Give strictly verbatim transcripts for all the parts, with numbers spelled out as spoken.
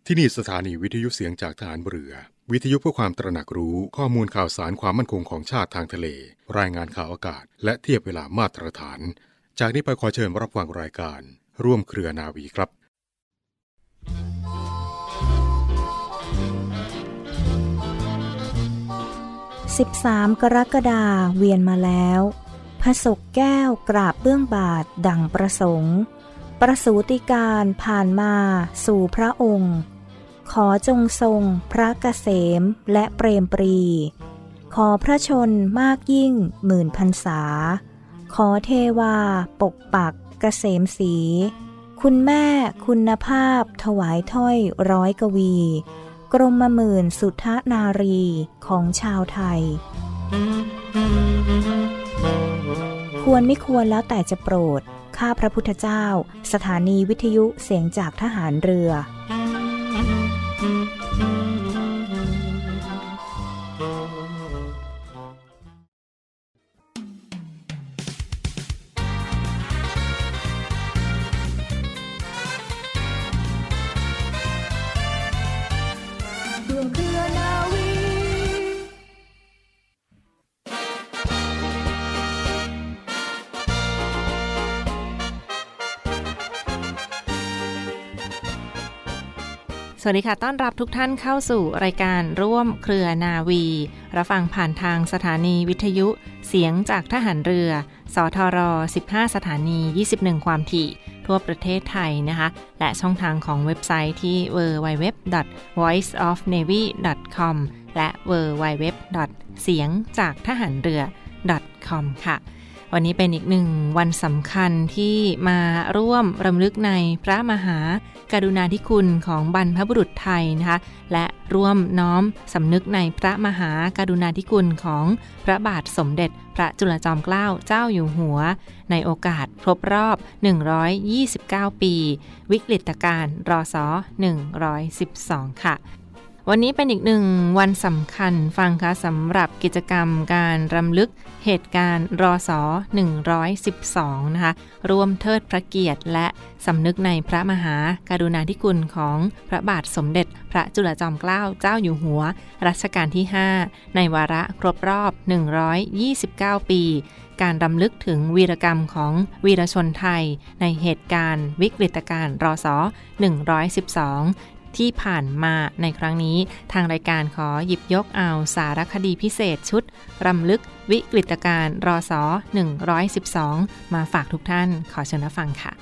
ที่นี่สถานีวิทยุเสียงจากทหารเรือวิทยุเพื่อความตระหนักรู้ข้อมูลข่าวสารความมั่นคงของชาติทางทะเลรายงานข่าวอากาศและเทียบเวลามาตรฐานจากนี้ไปขอเชิญรับฟังรายการร่วมเครือนาวีครับสิบสามกรกฎาคมเวียนมาแล้วพระศกแก้วกราบเบื้องบาทดั่งประสงค์ประสูติการผ่านมาสู่พระองค์ขอจงทรงพระเกษมและเปรมปรีขอพระชนมากยิ่งหมื่นพรรษาขอเทวาปกปักเกษมศรีคุณแม่คุณภาพถวายถ้อยร้อยกวีกรมหมื่นสุทธนารีของชาวไทยควรไม่ควรแล้วแต่จะโปรดข้าพระพุทธเจ้าสถานีวิทยุเสียงจากทหารเรือสวัสดีค่ะต้อนรับทุกท่านเข้าสู่รายการร่วมเครือนาวีรับฟังผ่านทางสถานีวิทยุเสียงจากทหารเรือสทรสิบห้าสถานียี่สิบเอ็ดความถี่ทั่วประเทศไทยนะคะและช่องทางของเว็บไซต์ที่ ดับเบิลยู ดับเบิลยู ดับเบิลยู ดอท วอยซ์ ออฟ เนวี ดอท คอม และ ดับเบิลยู ดับเบิลยู ดับเบิลยู ดอท เสียงจากทหารเรือ ดอท คอม ค่ะวันนี้เป็นอีกหนึ่งวันสำคัญที่มาร่วมรำลึกในพระมหากรุณาธิคุณของบรรพบุรุษไทยนะคะและร่วมน้อมสำนึกในพระมหากรุณาธิคุณของพระบาทสมเด็จพระจุลจอมเกล้าเจ้าอยู่หัวในโอกาสครบรอบหนึ่งร้อยยี่สิบเก้าปีวิกฤตการณ์รศหนึ่งร้อยสิบสองค่ะวันนี้เป็นอีกหนึ่งวันสำคัญฟังค่ะสำหรับกิจกรรมการรำลึกเหตุการณ์รศหนึ่งร้อยสิบสองนะคะร่วมเทิดพระเกียรติและสำนึกในพระมหากรุณาธิคุณของพระบาทสมเด็จพระจุลจอมเกล้าเจ้าอยู่หัวรัชกาลที่ห้าในวาระครบรอบหนึ่งร้อยยี่สิบเก้าปีการรำลึกถึงวีรกรรมของวีรชนไทยในเหตุการณ์วิกฤตการณ์รศหนึ่งร้อยสิบสองที่ผ่านมาในครั้งนี้ทางรายการขอหยิบยกเอาสารคดีพิเศษชุดรำลึกวิกฤตการณ์รศหนึ่งร้อยสิบสองมาฝากทุกท่านขอเชิญรับฟังค่ะ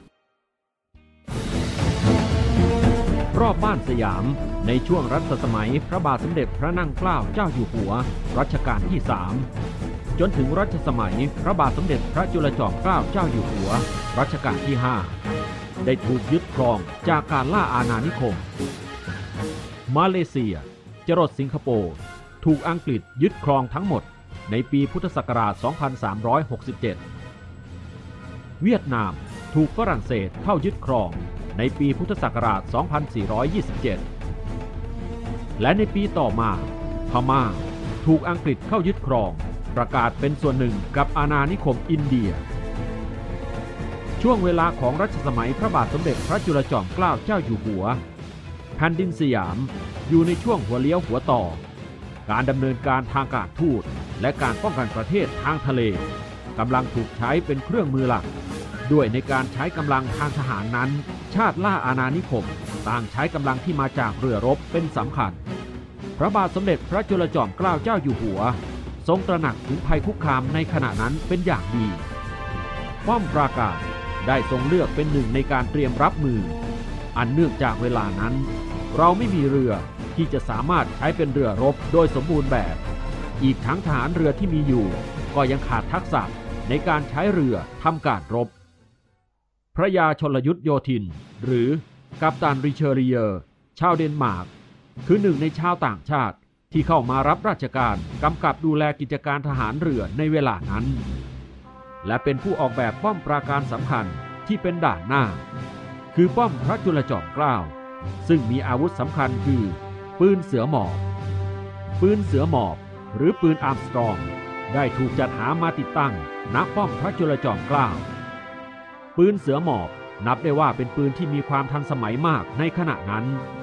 รอบบ้านสยามในช่วงรัชสมัยพระบาทสมเด็จพระนั่งเกล้าเจ้าอยู่หัวรัชกาลที่สามจนถึงรัชสมัยพระบาทสมเด็จพระจุลจอมเกล้าเจ้าอยู่หัวรัชกาลที่ห้าได้ถูกยึดครองจากการล่าอาณานิคมมาเลเซียจรดสิงคโปร์ถูกอังกฤษยึดครองทั้งหมดในปีพุทธศักราช สองพันสามร้อยหกสิบเจ็ด เวียดนามถูกฝรั่งเศสเข้ายึดครองในปีพุทธศักราช สองพันสี่ร้อยยี่สิบเจ็ด และในปีต่อมาพม่าถูกอังกฤษเข้ายึดครองประกาศเป็นส่วนหนึ่งกับอาณานิคมอินเดียช่วงเวลาของรัชสมัยพระบาทสมเด็จพระจุลจอมเกล้าเจ้าอยู่หัวแผ่นดินสยามอยู่ในช่วงหัวเลี้ยวหัวต่อการดำเนินการทางการทูตและการป้องกันประเทศทางทะเลกำลังถูกใช้เป็นเครื่องมือหลักด้วยในการใช้กำลังทางทหารนั้นชาติล่าอาณานิคมต่างใช้กำลังที่มาจากเรือรบเป็นสำคัญพระบาทสมเด็จพระจุลจอมเกล้าเจ้าอยู่หัวทรงตระหนักถึงภัยคุกคามในขณะนั้นเป็นอย่างดีป้อมปราการได้ทรงเลือกเป็นหนึ่งในการเตรียมรับมืออันเนื่องจากเวลานั้นเราไม่มีเรือที่จะสามารถใช้เป็นเรือรบโดยสมบูรณ์แบบอีกทั้งทหารเรือที่มีอยู่ก็ยังขาดทักษะในการใช้เรือทำการรบพระยาชลยุทธโยธินหรือกัปตันริเชอริเยอร์ชาวเดนมาร์กคือหนึ่งในชาวต่างชาติที่เข้ามารับราชการกำกับดูแลกิจการทหารเรือในเวลานั้นและเป็นผู้ออกแบบป้อมปราการสำคัญที่เป็นด่านหน้าคือป้อมพระจุลจอมเกล้าซึ่งมีอาวุธสำคัญคือปืนเสือหมอบปืนเสือหมอบหรือปืนอาร์มสตรองได้ถูกจัดหามาติดตั้งณป้อมพระจุลจอมเกล้าปืนเสือหมอบนับได้ว่าเป็นปืนที่มีความทันสมัยมากในขณะนั้น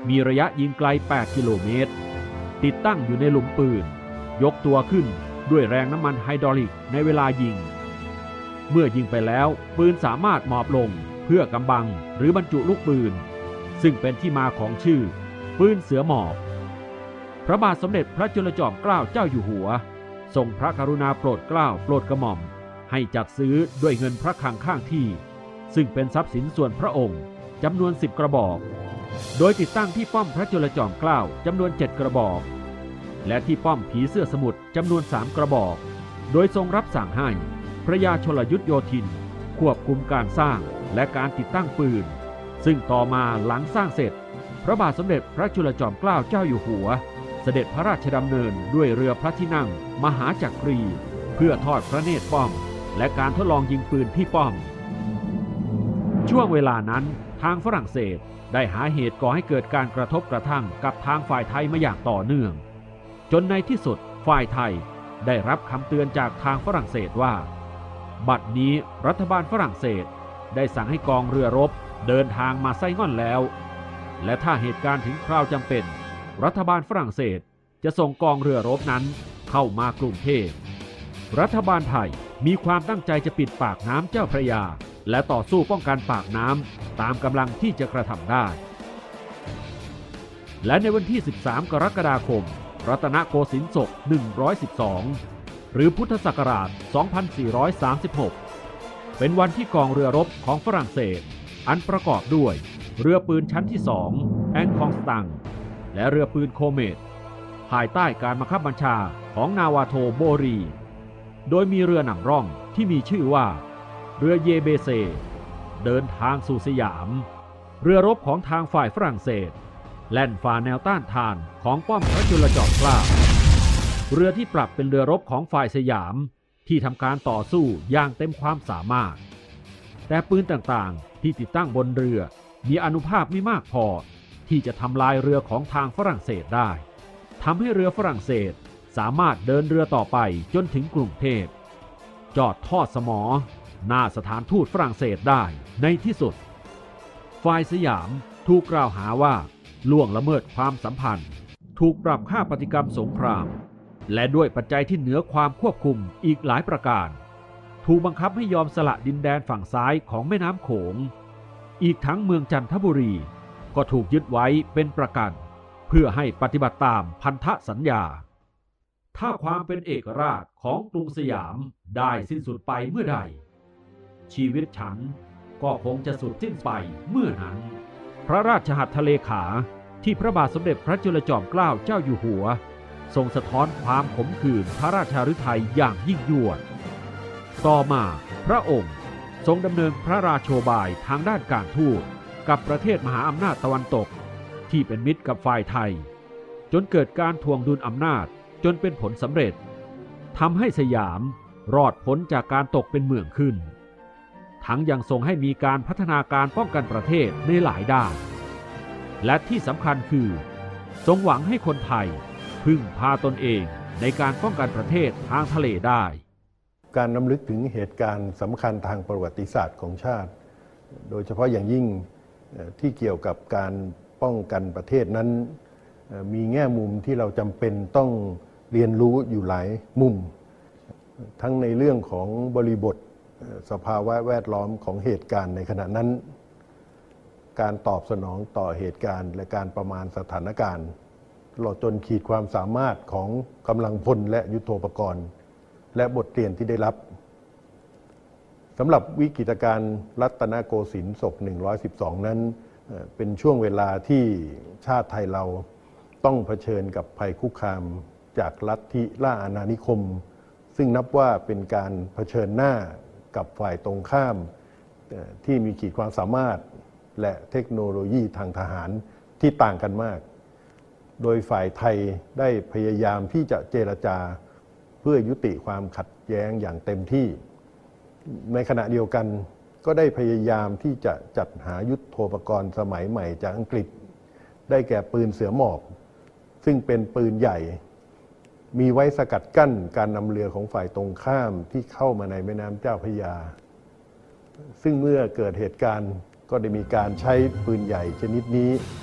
มีระยะยิงไกลแปดกิโลเมตรติดตั้งอยู่ในหลุมปืนยกตัวขึ้นด้วยแรงน้ำมันไฮดรอลิกในเวลายิงเมื่อยิงไปแล้วปืนสามารถหมอบลงเพื่อกำบังหรือบรรจุลูกปืนซึ่งเป็นที่มาของชื่อปืนเสือหมอบพระบาทสมเด็จพระจุลจอมเกล้าเจ้าอยู่หัวทรงพระกรุณาโปรดเกล้าโปรดกระหม่อมให้จัดซื้อด้วยเงินพระคลังข้างที่ซึ่งเป็นทรัพย์สินส่วนพระองค์จำนวนสิบกระบอกโดยติดตั้งที่ป้อมพระจุลจอมเกล้าจำนวนเจ็ดกระบอกและที่ป้อมผีเสื้อสมุทรจำนวนสามกระบอกโดยทรงรับสั่งให้พระยาชลยุทธโยธินควบคุมการสร้างและการติดตั้งปืนซึ่งต่อมาหลังสร้างเสร็จพระบาทสมเด็จพระจุลจอมเกล้าเจ้าอยู่หัวเสด็จพระราชดำเนินด้วยเรือพระที่นั่งมหาจักรีเพื่อทอดพระเนตรป้อมและการทดลองยิงปืนที่ป้อมช่วงเวลานั้นทางฝรั่งเศสได้หาเหตุก่อให้เกิดการกระทบกระทั่งกับทางฝ่ายไทยมาอย่างต่อเนื่องจนในที่สุดฝ่ายไทยได้รับคำเตือนจากทางฝรั่งเศสว่าบัดนี้รัฐบาลฝรั่งเศสได้สั่งให้กองเรือรบเดินทางมาไซง่อนแล้วและถ้าเหตุการณ์ถึงคราวจำเป็นรัฐบาลฝรั่งเศสจะส่งกองเรือรบนั้นเข้ามากรุงเทพรัฐบาลไทยมีความตั้งใจจะปิดปากน้ำเจ้าพระยาและต่อสู้ป้องกันปากน้ำตามกำลังที่จะกระทำได้และในวันที่สิบสามกรกฎาคมรัตนโกสินทร์ศกหนึ่งร้อยสิบสองหรือพุทธศักราชสองพันสี่ร้อยสามสิบหกเป็นวันที่กองเรือรบของฝรั่งเศสอันประกอบด้วยเรือปืนชั้นที่สองแองคองสตังและเรือปืนโคเมตภายใต้การบังคับบัญชาของนาวาโทโบรีโดยมีเรือนำร่องที่มีชื่อว่าเรือเยเบเซเดินทางสู่สยามเรือรบของทางฝ่ายฝรั่งเศสแล่นฝ่าแนวต้านทานของป้อมพระจุลจอมเกล้าเรือที่ปรับเป็นเรือรบของฝ่ายสยามที่ทำการต่อสู้อย่างเต็มความสามารถแต่ปืนต่างๆที่ติดตั้งบนเรือมีอานุภาพไม่มากพอที่จะทำลายเรือของทางฝรั่งเศสได้ทำให้เรือฝรั่งเศสสามารถเดินเรือต่อไปจนถึงกรุงเทพจอดทอดสมอหน้าสถานทูตฝรั่งเศสได้ในที่สุดฝ่ายสยามถูกกล่าวหาว่าล่วงละเมิดความสัมพันธ์ถูกปรับค่าปฏิกรรมสงครามและด้วยปัจจัยที่เหนือความควบคุมอีกหลายประการถูกบังคับให้ยอมสละดินแดนฝั่งซ้ายของแม่น้ำโขงอีกทั้งเมืองจันทบุรีก็ถูกยึดไว้เป็นประกันเพื่อให้ปฏิบัติตามพันธสัญญาถ้าความเป็นเอกราชของกรุงสยามได้สิ้นสุดไปเมื่อใดชีวิตฉันก็คงจะสุดสิ้นไปเมื่อนั้นพระราชหัตถเลขาที่พระบาทสมเด็จพระจุลจอมเกล้าเจ้าอยู่หัวทรงสะท้อนความขมขื่นพระราชฤทัยอย่างยิ่งยวดต่อมาพระองค์ทรงดำเนินพระราโชบายทางด้านการทูตกับประเทศมหาอำนาจตะวันตกที่เป็นมิตรกับฝ่ายไทยจนเกิดการทวงดุลอำนาจจนเป็นผลสำเร็จทำให้สยามรอดพ้นจากการตกเป็นเมืองขึ้นทั้งยังทรงให้มีการพัฒนาการป้องกันประเทศในหลายด้านและที่สำคัญคือทรงหวังให้คนไทยพึ่งพาตนเองในการป้องกันประเทศทางทะเลได้การรำลึกถึงเหตุการณ์สำคัญทางประวัติศาสตร์ของชาติโดยเฉพาะอย่างยิ่งที่เกี่ยวกับการป้องกันประเทศนั้นมีแง่มุมที่เราจำเป็นต้องเรียนรู้อยู่หลายมุมทั้งในเรื่องของบริบทสภาวะแวดล้อมของเหตุการณ์ในขณะนั้นการตอบสนองต่อเหตุการณ์และการประมาณสถานการณ์ตลอดจนขีดความสามารถของกำลังพลและยุทโธปกรณ์และบทเรียนที่ได้รับสำหรับวิกฤตการณ์รัตนโกสินทร์ศกหนึ่งร้อยสิบสองนั้นเป็นช่วงเวลาที่ชาติไทยเราต้องเผชิญกับภัยคุกคามจากลัทธิล่าอาณานิคมซึ่งนับว่าเป็นการเผชิญหน้ากับฝ่ายตรงข้ามที่มีขีดความสามารถและเทคโนโลยีทางทหารที่ต่างกันมากโดยฝ่ายไทยได้พยายามที่จะเจรจาเพื่อยุติความขัดแย้งอย่างเต็มที่ในขณะเดียวกันก็ได้พยายามที่จะจัดหายุทโธปกรณ์สมัยใหม่จากอังกฤษได้แก่ปืนเสือหมอบซึ่งเป็นปืนใหญ่มีไว้สกัดกั้นการนำเรือของฝ่ายตรงข้ามที่เข้ามาในแม่น้ำเจ้าพระยาซึ่งเมื่อเกิดเหตุการณ์ก็ได้มีการใช้ปืนใหญ่ชนิดนี้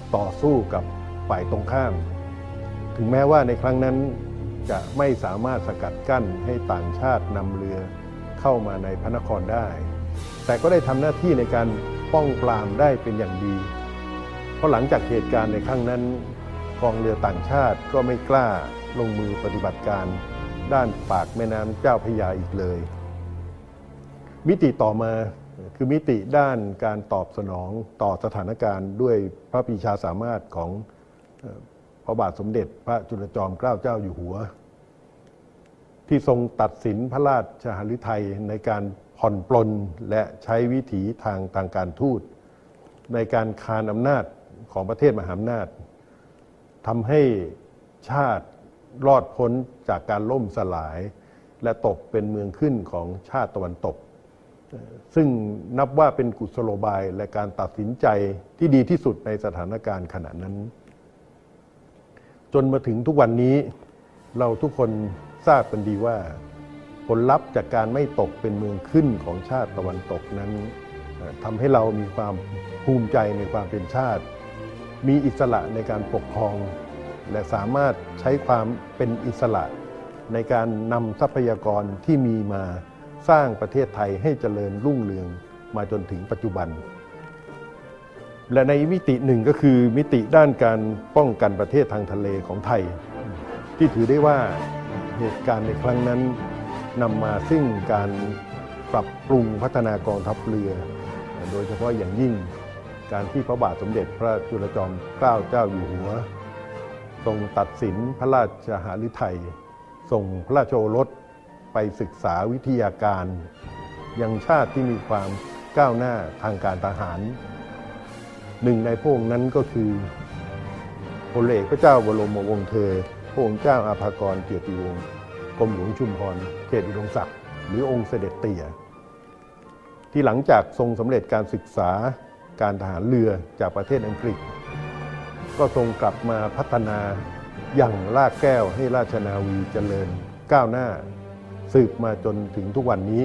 ต่อสู้กับฝ่ายตรงข้ามถึงแม้ว่าในครั้งนั้นจะไม่สามารถสกัดกั้นให้ต่างชาตินำเรือเข้ามาในพระนครได้แต่ก็ได้ทำหน้าที่ในการป้องปรามได้เป็นอย่างดีเพราะหลังจากเหตุการณ์ในครั้งนั้นกองเรือต่างชาติก็ไม่กล้าลงมือปฏิบัติการด้านปากแม่น้ำเจ้าพระยาอีกเลยมิติต่อมาคือมิติด้านการตอบสนองต่อสถานการณ์ด้วยพระปรีชาสามารถของพระบาทสมเด็จพระจุลจอมเกล้าเจ้าอยู่หัวที่ทรงตัดสินพระราชหฤทัยในการผ่อนปลนและใช้วิถีทางทางการทูตในการคานอำนาจของประเทศมหาอำนาจทำให้ชาติรอดพ้นจากการล่มสลายและตกเป็นเมืองขึ้นของชาติตะวันตกซึ่งนับว่าเป็นกุศโลบายและการตัดสินใจที่ดีที่สุดในสถานการณ์ขณะนั้นจนมาถึงทุกวันนี้เราทุกคนทราบกันดีว่าผลลัพธ์จากการไม่ตกเป็นเมืองขึ้นของชาติตะวันตกนั้นทำให้เรามีความภูมิใจในความเป็นชาติมีอิสระในการปกครองและสามารถใช้ความเป็นอิสระในการนำทรัพยากรที่มีมาสร้างประเทศไทยให้เจริญรุ่งเรืองมาจนถึงปัจจุบันและในมิติหนึ่งก็คือมิติด้านการป้องกันประเทศทางทะเลของไทยที่ถือได้ว่าเหตุการณ์ในครั้งนั้นนำมาซึ่งการปรับปรุงพัฒนากองทัพเรือโดยเฉพาะอย่างยิ่งการที่พระบาทสมเด็จพระจุลจอมเกล้าเจ้าอยู่หัวทรงตัดสินพระราชหฤทัยส่งพระราชโอรสไปศึกษาวิทยาการยังชาติที่มีความก้าวหน้าทางการทหารหนึ่งในพระองค์นั้นก็คือพลเอกพระเจ้าบรมวงศ์เธอพระองค์เจ้าอาภากรเกียรติวงศ์กรมหลวงชุมพรเขตอุดมศักดิ์หรือองค์เสด็จเตี่ยที่หลังจากทรงสำเร็จการศึกษาการทหารเรือจากประเทศอังกฤษก็ทรงกลับมาพัฒนาอย่างรากแก้วให้ราชนาวีเจริญก้าวหน้าสืบมาจนถึงทุกวันนี้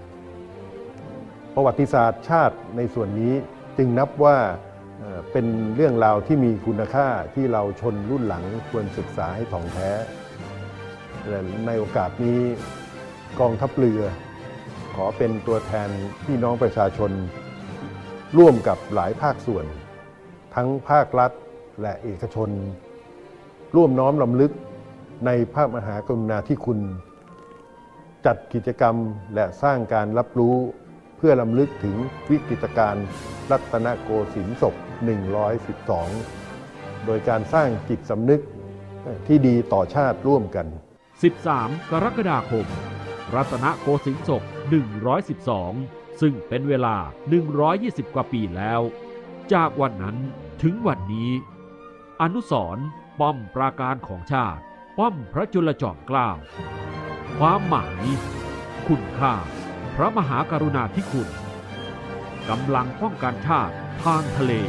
ประวัติศาสตร์ชาติในส่วนนี้จึงนับว่าเป็นเรื่องราวที่มีคุณค่าที่เราชนรุ่นหลังควรศึกษาให้ถ่องแท้และในโอกาสนี้กองทัพเรือขอเป็นตัวแทนพี่น้องประชาชนร่วมกับหลายภาคส่วนทั้งภาครัฐและเอกชนร่วมน้อมรำลึกในพระมหากรุณาธิคุณจัดกิจกรรมและสร้างการรับรู้เพื่อรำลึกถึงวิกฤตการณ์รัตนโกสินทร์ศกหนึ่งร้อยสิบสองโดยการสร้างจิตสำนึกที่ดีต่อชาติร่วมกันสิบสามกรกฎาคมรัตนโกสินทร์ศกหนึ่งร้อยสิบสองซึ่งเป็นเวลาหนึ่งร้อยยี่สิบกว่าปีแล้วจากวันนั้นถึงวันนี้อนุสรณ์ป้อมปราการของชาติป้อมพระจุลจอมเกล้าความหมายคุณค่าพระมหากรุณาธิคุณกำลังป้องกันชาติทางทะเล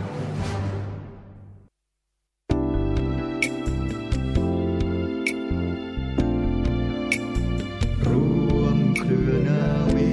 ร่วมเครือนาวี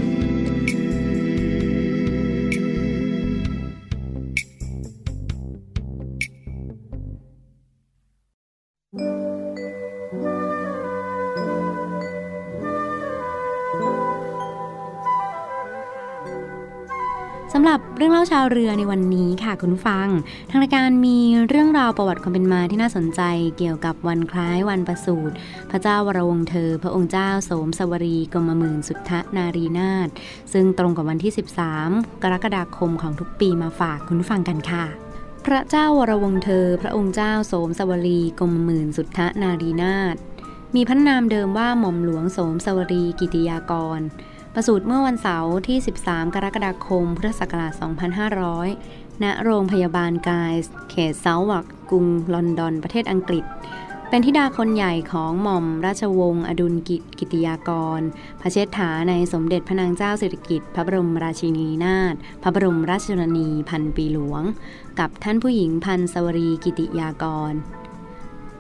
สำหรับเรื่องเล่าชาวเรือในวันนี้ค่ะคุณผู้ฟังทางรายการมีเรื่องราวประวัติความเป็นมาที่น่าสนใจเกี่ยวกับวันคล้ายวันประสูติพระเจ้าวรวงศ์เธอพระองค์เจ้าโสมสวรีกรมหมื่นสุทธนารีนาถซึ่งตรงกับวันที่สิบสามกรกฎาคมของทุกปีมาฝากคุณผู้ฟังกันค่ะพระเจ้าวรวงศ์เธอพระองค์เจ้าโสมสวรีกรมหมื่นสุทธนารีนาถมีพระนามเดิมว่าหม่อมหลวงโสมสวรีกิติยากรประสูติเมื่อวันเสาร์ที่สิบสามกรกฎาคมพุทธศักราชสองพันห้าร้อยณโรงพยาบาลกายส์เขตเซาท์วัร์กกรุงลอนดอนประเทศอังกฤษเป็นธิดาคนใหญ่ของหม่อมราชวงศ์อดุลกิติยากรพระเชษฐาในสมเด็จพระนางเจ้าสิริกิติ์พระบรมราชินีนาถพระบรมราชชนนีพันปีหลวงกับท่านผู้หญิงพันสวรีกิติยากร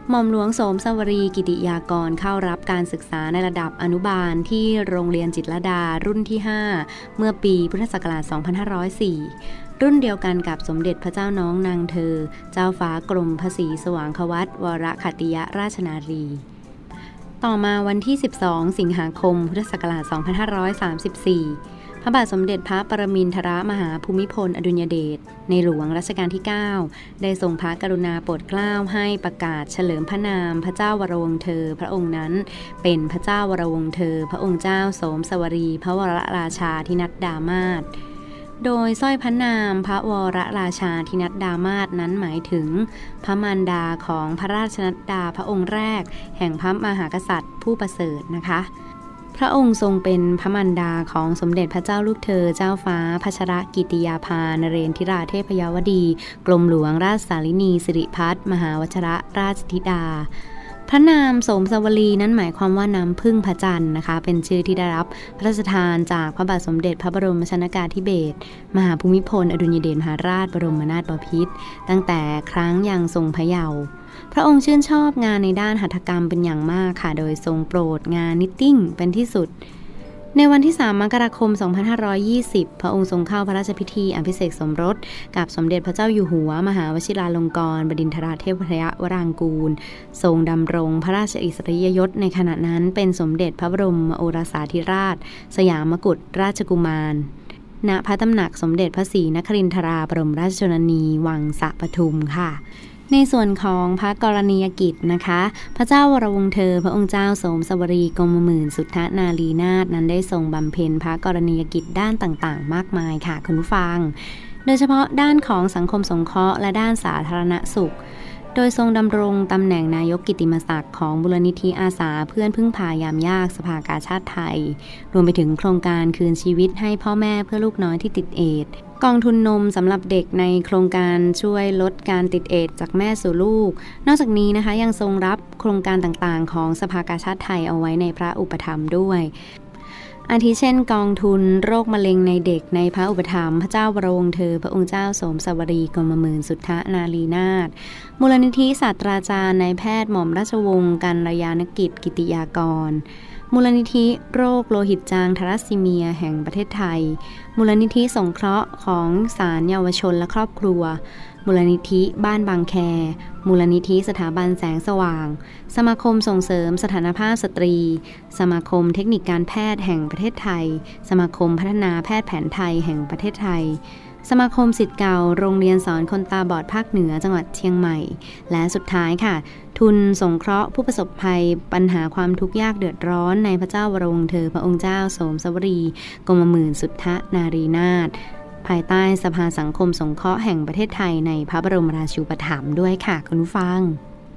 หม่อมหลวงโสมสวรีกิติยากรเข้ารับการศึกษาในระดับอนุบาลที่โรงเรียนจิตรลดารุ่นที่ห้าเมื่อปีพุทธศักราชสองพันห้าร้อยสี่รุ่นเดียวกันกับสมเด็จพระเจ้าน้องนางเธอเจ้าฟ้ากรมพระศรีสว่างควัตรวรขัตติยราชนารีต่อมาวันที่สิบสองสิงหาคมพุทธศักราชสองพันห้าร้อยสามสิบสี่พระบาทสมเด็จพระปรมินทรมหาภูมิพลอดุลยเดชในหลวงรัชกาลที่เก้าได้ทรงพระกรุณาโปรดเกล้าให้ประกาศเฉลิมพระนามพระเจ้าวรวงศ์เธอพระองค์นั้นเป็นพระเจ้าวรวงศ์เธอพระองค์เจ้าโสมสวรีพระวรราชาธินัดดามาศโดยสร้อยพระนามพระวรราชาธินัดดามาศนั้นหมายถึงพระมารดาของพระราชนัดดาพระองค์แรกแห่งพระมหากษัตริย์ผู้ประเสริฐนะคะพระองค์ทรงเป็นพระมารดาของสมเด็จพระเจ้าลูกเธอเจ้าฟ้าพัชรกิติยาภานเรนทิราเทพยวดีกรมหลวงราชสารินีสิริพัฒน์มหาวชรราชธิดาพระนามโสมสวลีนั้นหมายความว่าน้ำพึ่งพระจันทร์นะคะเป็นชื่อที่ได้รับพระราชทานจากพระบาทสมเด็จพระบรมชนกาธิเบศรมหาภูมิพลอดุลยเดชมหาราชบรมนาถบพิตรตั้งแต่ครั้งยังทรงพระเยาว์พระองค์ชื่นชอบงานในด้านหัตถกรรมเป็นอย่างมากค่ะโดยทรงโปรดงานนิตติ้งเป็นที่สุดในวันที่สามมกราคมสองพันห้าร้อยยี่สิบพระองค์ทรงเข้าพระราชพิธีอภิเษกสมรสกับสมเด็จพระเจ้าอยู่หัวมหาวชิราลงกรณ์บดินทราเทพยวรางกูลทรงดำรงพระราชอิสริยยศในขณะนั้นเป็นสมเด็จพระบรมโอรสาธิราชสยามกุฎราชกุมารณพระตำหนักสมเด็จพระศรีนครินทราบรมราชชนนีวังสะปทุมค่ะในส่วนของพระกรณียกิจนะคะพระเจ้าวรวงศ์เธอพระองค์เจ้าโสมสวรีกรมหมื่นสุทธนารีนาถนั้นได้ทรงบำเพ็ญพระกรณียกิจด้านต่างๆมากมายค่ะคุณผู้ฟังโดยเฉพาะด้านของสังคมสงเคราะห์และด้านสาธารณสุขโดยทรงดำรงตำแหน่งนายกกิตติมศักดิ์ของมูลนิธิอาสาเพื่อนพึ่งพายามยากสภากาชาดไทยรวมไปถึงโครงการคืนชีวิตให้พ่อแม่เพื่อลูกน้อยที่ติดเอดส์กองทุนนมสำหรับเด็กในโครงการช่วยลดการติดเอดส์จากแม่สู่ลูกนอกจากนี้นะคะยังทรงรับโครงการต่างๆของสภากาชาดไทยเอาไว้ในพระอุปถัมภ์ด้วยอาทิเช่นกองทุนโรคมะเร็งในเด็กในพระอุปถัมภ์พระเจ้าวรวงศ์เธอพระองค์เจ้าโสมสวรีกรมหมื่นสุทธนารีนาถมูลนิธิศาสตราจารย์นายแพทย์หม่อมราชวงศ์กัลยาณกิจกิติยากรมูลนิธิโรคโลหิตจางทาลัสซีเมียแห่งประเทศไทยมูลนิธิสงเคราะห์ของศาลเยาวชนและครอบครัวมูลนิธิบ้านบางแคมูลนิธิสถาบันแสงสว่างสมาคมส่งเสริมสถานภาพสตรีสมาคมเทคนิคการแพทย์แห่งประเทศไทยสมาคมพัฒนาแพทย์แผนไทยแห่งประเทศไทยสมาคมศิษย์เก่าโรงเรียนสอนคนตาบอดภาคเหนือจังหวัดเชียงใหม่และสุดท้ายค่ะทุนสงเคราะห์ผู้ประสบภัยปัญหาความทุกข์ยากเดือดร้อนในพระเจ้าวรวงศ์เธอพระองค์เจ้าโสมสวรีกรมหมื่นสุทธนารีนาถภายใต้สภาสังคมสงเคราะห์แห่งประเทศไทยในพระบรมราชูปถัมภ์ด้วยค่ะคุณผู้ฟัง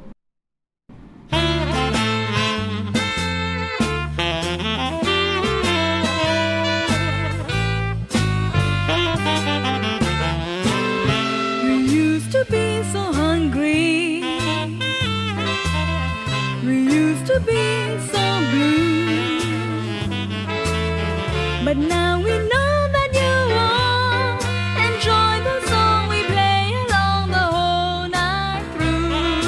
But now we know that you all enjoy the song we play along the whole night through.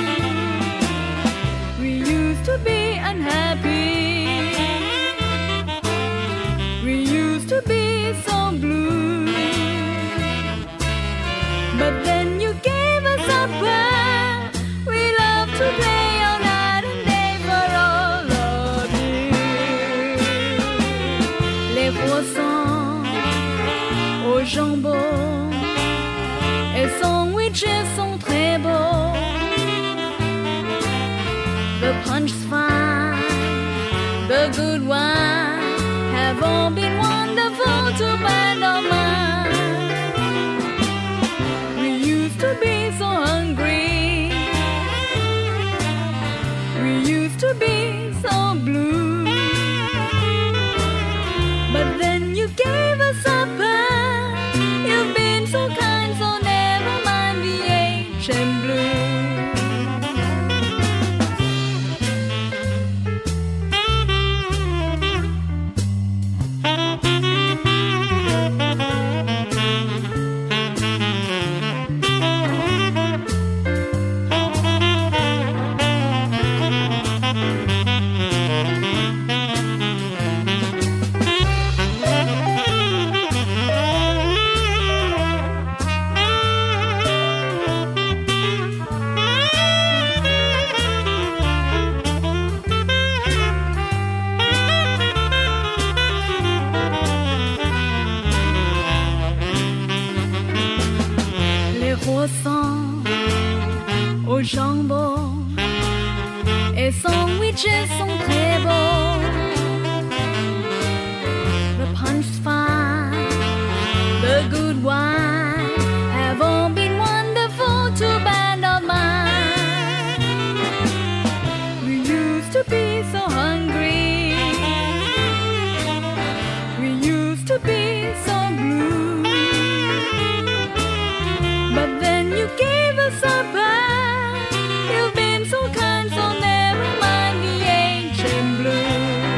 We used to be unhappy. We used to be so blue. But then you gave us a plan. We love to play all night and day for all of you. Les croissants au jambon et sandwiches sont très beaux. The punch's fine, the good wine have all been wonderful to find our mind. We used to be so hungry. We used to be so blue.But then you gave us a pen. You've been so kind, so never mind the age croissants au jambon et sandwiches sont très beaux. The punch fine, the good wine have all been wonderful to a band of mine. We used to be so hungry, we used to be so blue, but then you gave us a bath. You've been so kind, so never mind the ancient blue.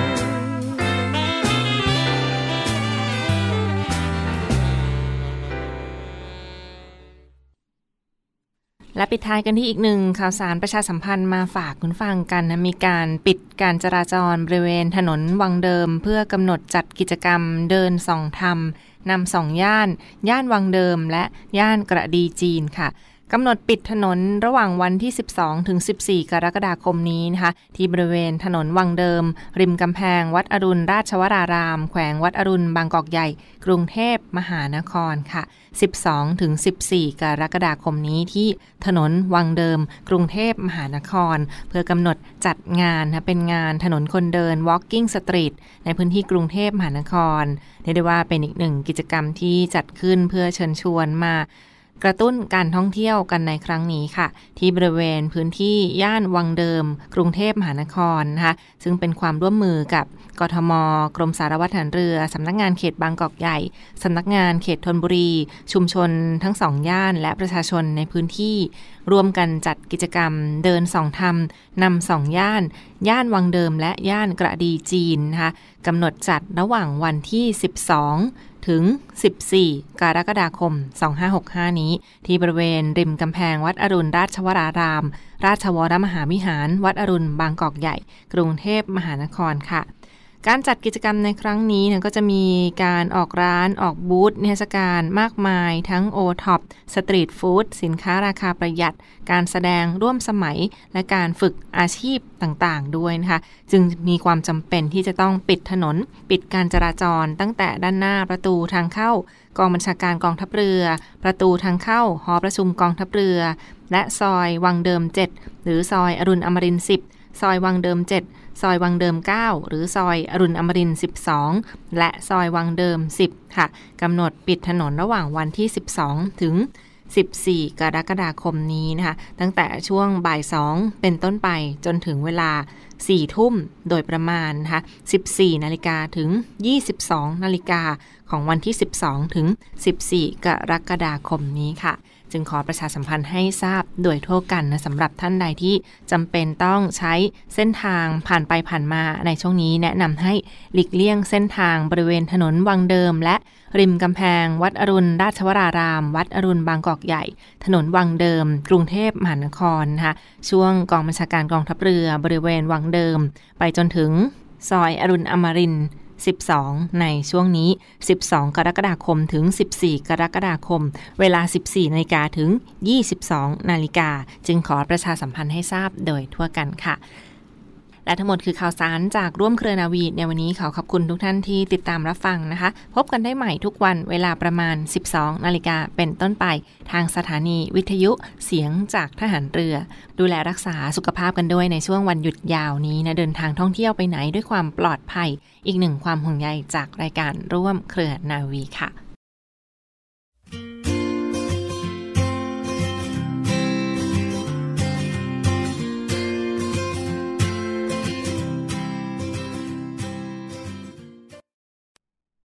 และปิดท้ายกันที่อีกหนึ่งข่าวสารประชาสัมพันธ์มาฝากคุณฟังกันนะมีการปิดการจราจรบริเวณถนนวังเดิมเพื่อกำหนดจัดกิจกรรมเดินส่องธรรมนำสองย่านย่านวังเดิมและย่านกระดีจีนค่ะกำหนดปิดถนนระหว่างวันที่สิบสองถึงสิบสี่กรกฎาคมนี้นะคะที่บริเวณถนนวังเดิมริมกำแพงวัดอรุณราชวรารามแขวงวัดอรุณบางกอกใหญ่กรุงเทพมหานครค่ะสิบสองถึงสิบสี่กรกฎาคมนี้ที่ถนนวังเดิมกรุงเทพมหานครเพื่อกำหนดจัดงานนะเป็นงานถนนคนเดิน Walking Street ในพื้นที่กรุงเทพมหานครเรียกได้ว่าเป็นอีกหนึ่งกิจกรรมที่จัดขึ้นเพื่อเชิญชวนมากระตุ้นการท่องเที่ยวกันในครั้งนี้ค่ะที่บริเวณพื้นที่ย่านวังเดิมกรุงเทพมหานครนะคะซึ่งเป็นความร่วมมือกับกทม.กรมสารวัตรทหารเรือสำนักงานเขตบางกอกใหญ่สำนักงานเขตธนบุรีชุมชนทั้งสองย่านและประชาชนในพื้นที่ร่วมกันจัดกิจกรรมเดินส่องธรรมนำสองย่านย่านวังเดิมและย่านกระดีจีนนะคะกำหนดจัดระหว่างวันที่สิบสองถึงสิบสี่กรกฎาคมสองพันห้าร้อยหกสิบห้านี้ที่บริเวณริมกำแพงวัดอรุณราชวรารามราชวรมหาวิหารวัดอรุณบางกอกใหญ่กรุงเทพมหานครค่ะการจัดกิจกรรมในครั้งนี้เนี่ยก็จะมีการออกร้านออกบูธนิทรรศการมากมายทั้งโอท็อปสตรีทฟู้ดสินค้าราคาประหยัดการแสดงร่วมสมัยและการฝึกอาชีพต่างๆด้วยนะคะจึงมีความจำเป็นที่จะต้องปิดถนนปิดการจราจรตั้งแต่ด้านหน้าประตูทางเข้ากองบัญชาการกองทัพเรือประตูทางเข้าหอประชุมกองทัพเรือและซอยวังเดิมเจ็ดหรือซอยอรุณอมรินทร์สิบซอยวังเดิมเจ็ดซอยวังเดิมเก้าหรือซอยอรุณอมรินทร์สิบสองและซอยวังเดิมสิบค่ะกำหนดปิดถนนระหว่างวันที่สิบสองถึงสิบสี่กรกฎาคมนี้นะคะตั้งแต่ช่วงบ่ายสองเป็นต้นไปจนถึงเวลาสี่ทุ่มโดยประมาณนะคะสิบสี่นาฬิกาถึงยี่สิบสองนาฬิกาของวันที่สิบสองถึงสิบสี่กรกฎาคมนี้ค่ะจึงขอประชาสัมพันธ์ให้ทราบโดยทั่วกันนะสำหรับท่านใดที่จำเป็นต้องใช้เส้นทางผ่านไปผ่านมาในช่วงนี้แนะนำให้หลีกเลี่ยงเส้นทางบริเวณถนนวังเดิมและริมกำแพงวัดอรุณราชวรารามวัดอรุณบางกอกใหญ่ถนนวังเดิมกรุงเทพมหานครนะคะช่วงกองบัญชาการกองทัพเรือบริเวณวังเดิมไปจนถึงซอยอรุณอมรินทร์สิบสองในช่วงนี้สิบสองกรกฎาคมถึงสิบสี่กรกฎาคมเวลาสิบสี่นาฬิกาถึงยี่สิบสองนาฬิกาจึงขอประชาสัมพันธ์ให้ทราบโดยทั่วกันค่ะและทั้งหมดคือข่าวสารจากร่วมเครือนาวีในวันนี้ขอขอบคุณทุกท่านที่ติดตามรับฟังนะคะพบกันได้ใหม่ทุกวันเวลาประมาณสิบสองนาฬิกาเป็นต้นไปทางสถานีวิทยุเสียงจากทหารเรือดูแลรักษาสุขภาพกันด้วยในช่วงวันหยุดยาวนี้นะเดินทางท่องเที่ยวไปไหนด้วยความปลอดภัยอีกหนึ่งความห่วงใยจากรายการร่วมเครือนาวีค่ะ